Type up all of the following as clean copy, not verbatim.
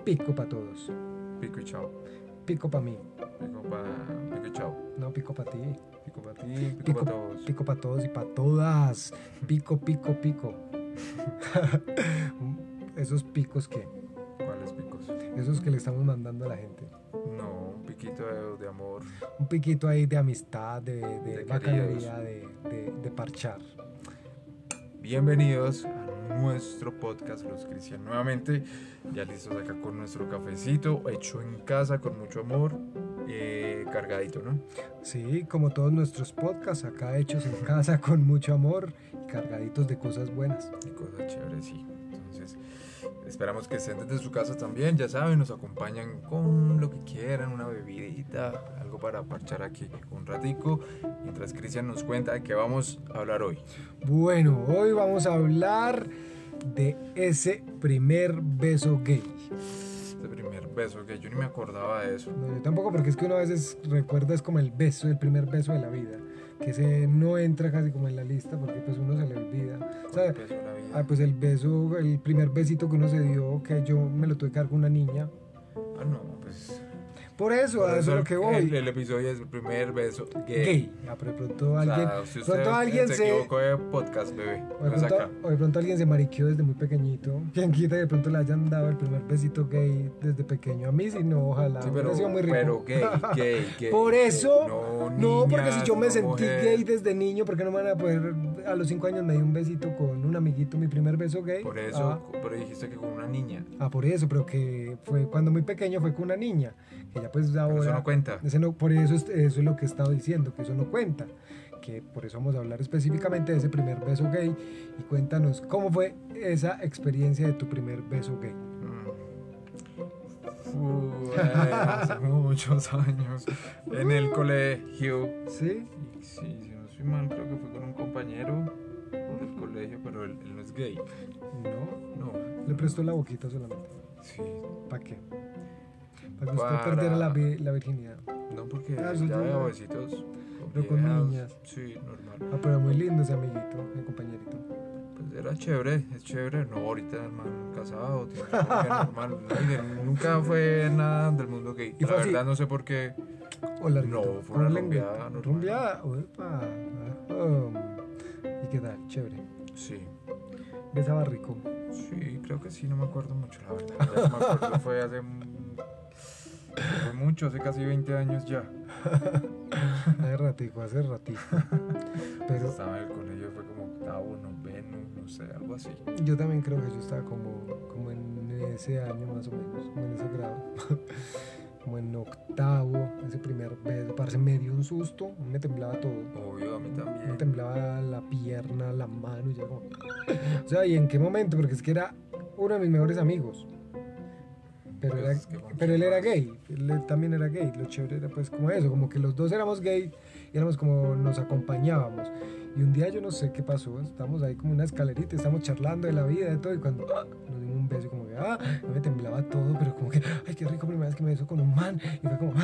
pico para todos. Pico y chao. Pico para mí. Pico y chao. No, pico para ti. Pico para ti, pico para todos. Pico para todos y para todas. Pico, pico, pico. Esos picos que... ¿Cuáles picos? Esos que le estamos mandando a la gente. No, un piquito de amor. Un piquito ahí de amistad, de bacanería, queridos. de parchar. Bienvenidos a nuestro podcast Los Cristian nuevamente, ya listos acá con nuestro cafecito hecho en casa con mucho amor, cargadito, ¿no? Sí, como todos nuestros podcasts, acá hechos en casa con mucho amor y cargaditos de cosas buenas. Y cosas chéveres, sí. Entonces, esperamos que estén desde su casa también, ya saben, nos acompañan con lo que quieran, una bebidita, algo para parchar aquí un ratico, mientras Cristian nos cuenta de qué vamos a hablar hoy. Bueno, hoy vamos a hablar de ese primer beso gay. Este primer beso, que yo ni me acordaba de eso. No, yo tampoco, porque es que uno a veces recuerda es como el beso, el primer beso de la vida, que ese no entra casi como en la lista porque pues uno se le olvida. O sea, El beso de la vida. pues el beso, el primer besito que uno se dio, que yo me lo tuve que dar con una niña. Ah, no, pues... Por eso, a eso es lo que voy. El episodio es el primer beso Gay. Ah, pero de pronto alguien, O sea, si usted alguien se equivocó de podcast, bebé, no es acá. o de pronto alguien se mariqueó desde muy pequeñito. Quien quita que de pronto le hayan dado el primer besito gay desde pequeño. A mí sí, no, ojalá. Sí, Hubiera sido muy rico. pero gay. Por eso, no, porque niñas, si yo me no, sentí mujer. gay desde niño, ¿por qué no me van a poder? A los 5 años me di un besito con un amiguito, mi primer beso gay. Por eso, pero dijiste que con una niña. Por eso, pero que fue cuando muy pequeño fue con una niña. Que ya pues ahora... Pero eso no cuenta. Por eso es lo que he estado diciendo, que eso no cuenta. Que por eso vamos a hablar específicamente de ese primer beso gay. Y cuéntanos, ¿cómo fue esa experiencia de tu primer beso gay? Hace muchos años. En el colegio. ¿Sí? Sí, si no estoy mal, creo que fue con un compañero del colegio, pero él no es gay. No, No. le prestó la boquita solamente. Sí. ¿Para qué? Para que usted perdiera la virginidad. No, porque eso ya yo- veo besitos. Pero con viejas. niñas. Sí, normal. Pero muy lindo ese amiguito, mi compañerito. Pues era chévere, es chévere. No, ahorita el man casado, tiene una novia normal. Nunca fue nada del mundo gay. ¿Y La fue así? verdad no sé por qué. O larguito. No, fue con una lengüita. rumbeada normal. Rumbeada, uepa. ¿Y qué tal? Chévere. Sí, Besaba rico. sí, creo que sí, no me acuerdo mucho, la verdad. Ya no me acuerdo, fue fue mucho, hace casi 20 años ya. Hace ratico. Pero Estaba en el colegio, fue como octavo, noveno, no sé, algo así. yo también creo que yo estaba como en ese año más o menos, como en ese grado. Como en octavo, ese primer beso. Parce, me dio un susto, me temblaba todo. Obvio, a mí Me también. temblaba la pierna, la mano, y ya como... O sea, ¿y en qué momento? Porque es que era uno de mis mejores amigos. Pero, Pues, era, es que con pero él quién era más. gay, él también era gay. Lo chévere era pues como eso, como que los dos éramos gay y éramos como nos acompañábamos. Y un día yo no sé qué pasó, estábamos ahí como en una escalerita, estábamos charlando de la vida, de todo, y cuando nos dimos un beso, como que, me temblaba todo, pero como que, ay, qué rico, primera vez que me beso con un man, y fue como,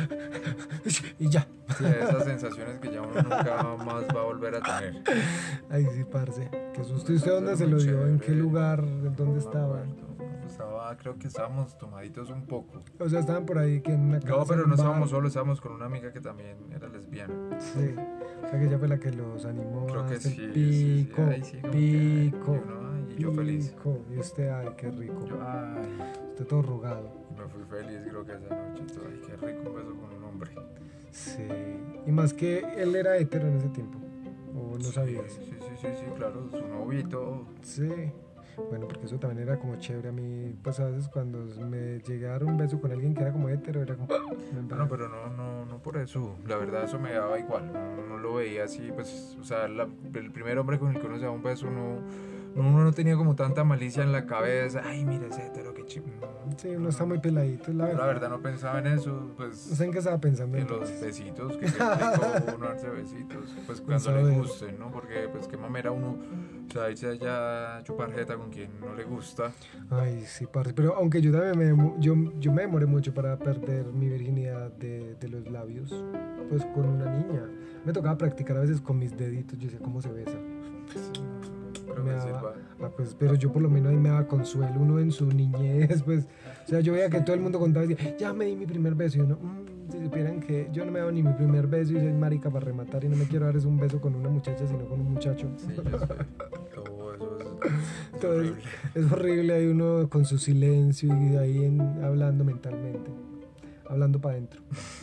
y ya. Sí, esas sensaciones que ya uno nunca más va a volver a tener. Ay, sí, parce, qué susto. ¿Y usted Eso dónde es se muy lo dio? ¿En qué chévere. lugar? ¿Dónde No me estaba? acuerdo. Creo que estábamos tomaditos un poco. O sea, estaban por ahí que en una casa. No, pero en un no bar. estábamos solos, estábamos con una amiga que también era lesbiana. Sí, o sea que ella fue la que los animó Creo a que hacer sí. pico, Ahí sí, como que, ay, pico, y uno, ay, y yo feliz. pico. Y usted, ay, qué rico. Yo, ay, Usted todo rogado. y me fui feliz, creo que esa noche. Todo, ay, qué rico un beso con un hombre. Sí. Y más que él era hetero en ese tiempo. ¿O no Sí, sabías? Sí, claro, su novio y todo. Sí. Bueno, porque eso también era como chévere a mí. Pues a veces cuando me llegara un beso con alguien que era como hetero, era como... No, pero no por eso. La verdad, eso me daba igual. No lo veía así, pues, o sea, el primer hombre con el que uno se da un beso, uno no tenía como tanta malicia en la cabeza. Ay, mira ese hetero, qué chip. Sí, uno está muy peladito, la verdad. La verdad, no pensaba en eso, pues. No sé en qué estaba pensando En los entonces. besitos, que siempre uno darse besitos, pues cuando Saber. le gusten, ¿no? Porque pues qué mamera uno, o sea, irse allá a chupar jeta con quien no le gusta. Ay, sí, parce. Pero aunque yo también yo me demoré mucho para perder mi virginidad de los labios, pues con una niña. Me tocaba practicar a veces con mis deditos, yo sé cómo se besa. Pues, no creo Me que daba- sirva. pues, pero yo por lo menos ahí me daba consuelo, uno en su niñez, pues O sea, yo veía que todo el mundo contaba y decía, ya me di mi primer beso. Y uno, si supieran que yo no me he dado ni mi primer beso y soy marica para rematar y no me quiero dar es un beso con una muchacha, sino con un muchacho. Sí, yo sé. Todo eso es Todo horrible. es horrible, hay uno con su silencio y ahí hablando mentalmente, hablando para adentro.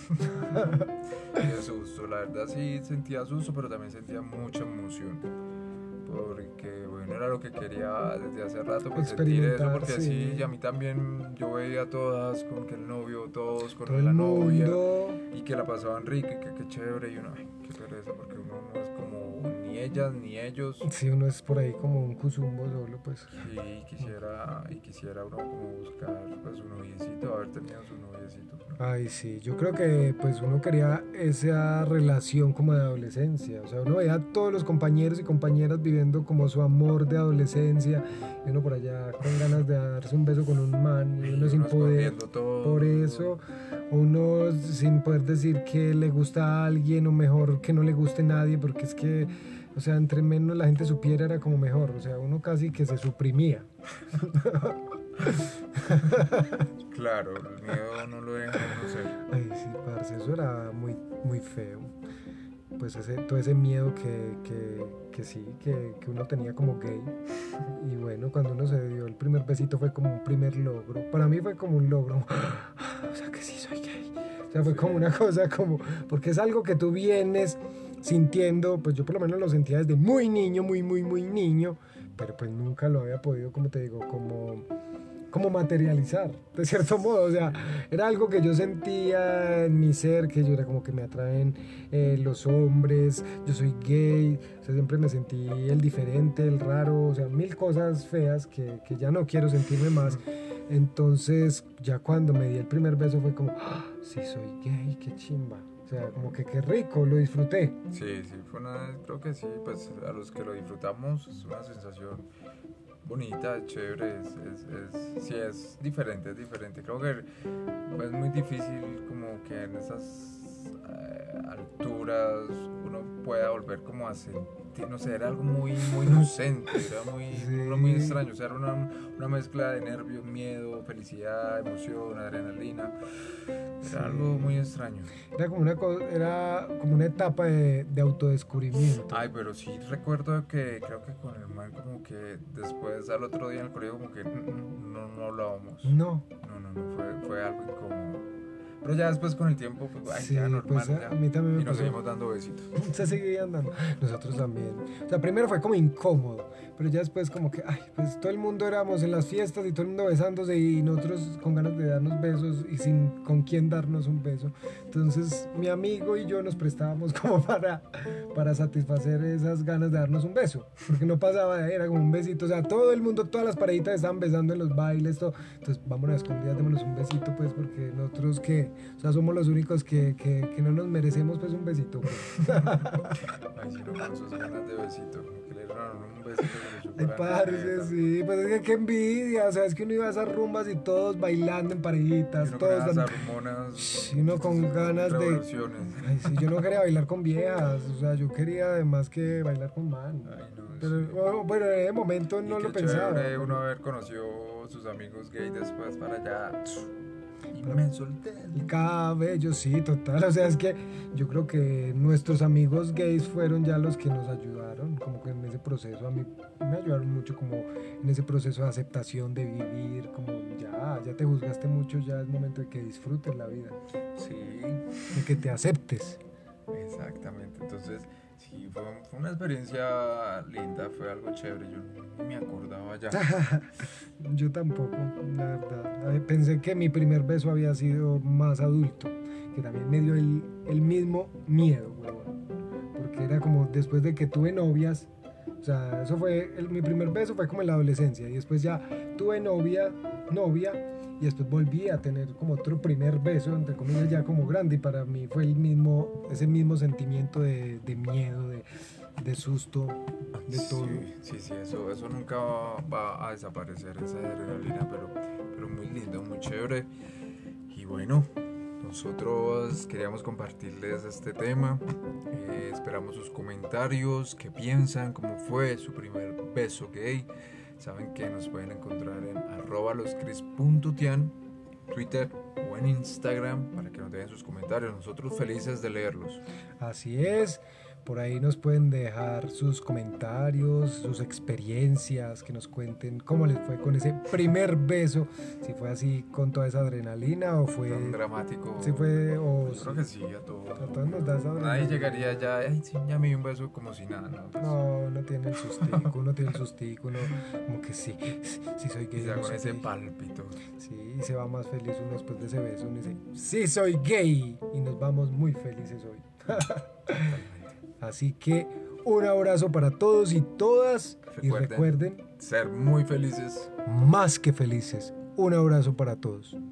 Y de susto, la verdad sí sentía susto, pero también sentía mucha emoción. Porque, bueno, era lo que quería desde hace rato, pues sentir eso, Experimentar, porque sí. sí, y a mí también, yo veía a todas con que el novio, todos con Todo el la novia, mundo. y que la pasaban rico, y que qué chévere, y uno, ay, qué pereza, porque uno no es como ni ellas, ni ellos. Sí, uno es por ahí como un cuzumbo solo, pues. Y quisiera uno como buscar pues su noviecito, haber tenido su noviecito. ¿No? Ay, sí, yo creo que pues uno quería esa relación como de adolescencia, o sea, uno veía a todos los compañeros y compañeras viviendo como su amor de adolescencia, y uno por allá con ganas de darse un beso con un man, y uno sin poder, escondiendo todo. por eso, uno sin poder decir que le gusta a alguien, o mejor que no le guste a nadie, porque es que, o sea, entre menos la gente supiera era como mejor, o sea, uno casi que se suprimía. Claro, el miedo no lo deja uno ser. Ay, sí, parce, eso era muy, muy feo. Pues todo ese miedo que sí, que uno tenía como gay. Y bueno, cuando uno se dio el primer besito fue como un primer logro. Para mí fue como un logro. O sea, que sí soy gay. O sea, fue como una cosa como... Porque es algo que tú vienes sintiendo, pues yo por lo menos lo sentía desde muy niño, muy, muy, muy niño. Pero pues nunca lo había podido, como te digo, como materializar, de cierto modo, o sea, era algo que yo sentía en mi ser, que yo era como que me atraen los hombres, yo soy gay, o sea, siempre me sentí el diferente, el raro, o sea, mil cosas feas que ya no quiero sentirme más. Entonces, ya cuando me di el primer beso fue como, sí soy gay, qué chimba. O sea, como que qué rico, lo disfruté. Sí, creo que sí, pues a los que lo disfrutamos es una sensación bonita, chévere, sí es diferente, creo que es muy difícil como que en esas alturas uno pueda volver como a sentir, no sé, era algo muy, muy inocente, era muy extraño, o sea, era una mezcla de nervios, miedo, felicidad, emoción, adrenalina, era algo muy extraño. Era como una etapa de autodescubrimiento. Ay, pero sí recuerdo que creo que con el man como que después al otro día en el colegio como que no hablábamos. No. Fue algo incómodo. Pero ya después con el tiempo, pues ay, Sí, ya normal. pues a mí también me y nos pasó. seguimos dando besitos. Se seguían dando. Nosotros también. O sea, primero fue como incómodo, pero ya después como que, ay, pues todo el mundo éramos en las fiestas y todo el mundo besándose y nosotros con ganas de darnos besos y sin con quién darnos un beso. Entonces mi amigo y yo nos prestábamos como para satisfacer esas ganas de darnos un beso, porque no pasaba de ahí, era como un besito. O sea, todo el mundo, todas las parejitas estaban besando en los bailes, todo. Entonces vámonos a escondidas, démonos un besito, pues, porque nosotros o sea, somos los únicos que no nos merecemos pues un besito. Ay, si no, con sus ganas de besito, como que le dieron un besito que le Ay, parce, sí, pues es que qué envidia, o sea, es que uno iba a esas rumbas y todos bailando en parejitas, todos dando dando... hormonas, Y uno con ganas de... Ay, sí, yo no quería bailar con viejas, o sea, yo quería además que bailar con man. Ay, no, pero sí. bueno, en ese momento no lo pensaba. Chévere uno haber conocido sus amigos gay después para allá. Y me solté el cabello, sí, total. O sea, es que yo creo que nuestros amigos gays fueron ya los que nos ayudaron, como que en ese proceso, a mí me ayudaron mucho como en ese proceso de aceptación de vivir, como ya te juzgaste mucho, ya es momento de que disfrutes la vida. Sí. De que te aceptes. Exactamente, entonces sí, fue una experiencia linda, fue algo chévere, yo ni me acordaba ya. Yo tampoco, la verdad. Pensé que mi primer beso había sido más adulto, que también me dio el mismo miedo, huevón. Porque era como después de que tuve novias, o sea, eso fue, mi primer beso fue como en la adolescencia, y después ya tuve novia, y después volví a tener como otro primer beso, entre comillas, ya como grande, y para mí fue ese mismo sentimiento de miedo, de susto, de todo. Sí, eso nunca va a desaparecer, esa adrenalina, pero muy lindo, muy chévere. Y bueno, nosotros queríamos compartirles este tema. Esperamos sus comentarios, qué piensan, cómo fue su primer beso gay. Saben que nos pueden encontrar en @loscris.tian Twitter o en Instagram para que nos dejen sus comentarios. Nosotros felices de leerlos. Así es, por ahí nos pueden dejar sus comentarios, sus experiencias, que nos cuenten cómo les fue con ese primer beso, si fue así con toda esa adrenalina o fue... Tan dramático. Si fue... O, Yo creo que sí, a todos. a todos nos da esa adrenalina. Nadie llegaría ya, ay, sí, ya me dio un beso como si nada, ¿no? Pues, No, no tiene el sustico, uno tiene el sustico, uno como que sí, sí soy gay. ya no con soy ese gay. pálpito. Sí, y se va más feliz uno después de ese beso, uno dice, sí soy gay, y nos vamos muy felices hoy. Así que un abrazo para todos y todas, y recuerden, Ser muy felices. más que felices, un abrazo para todos.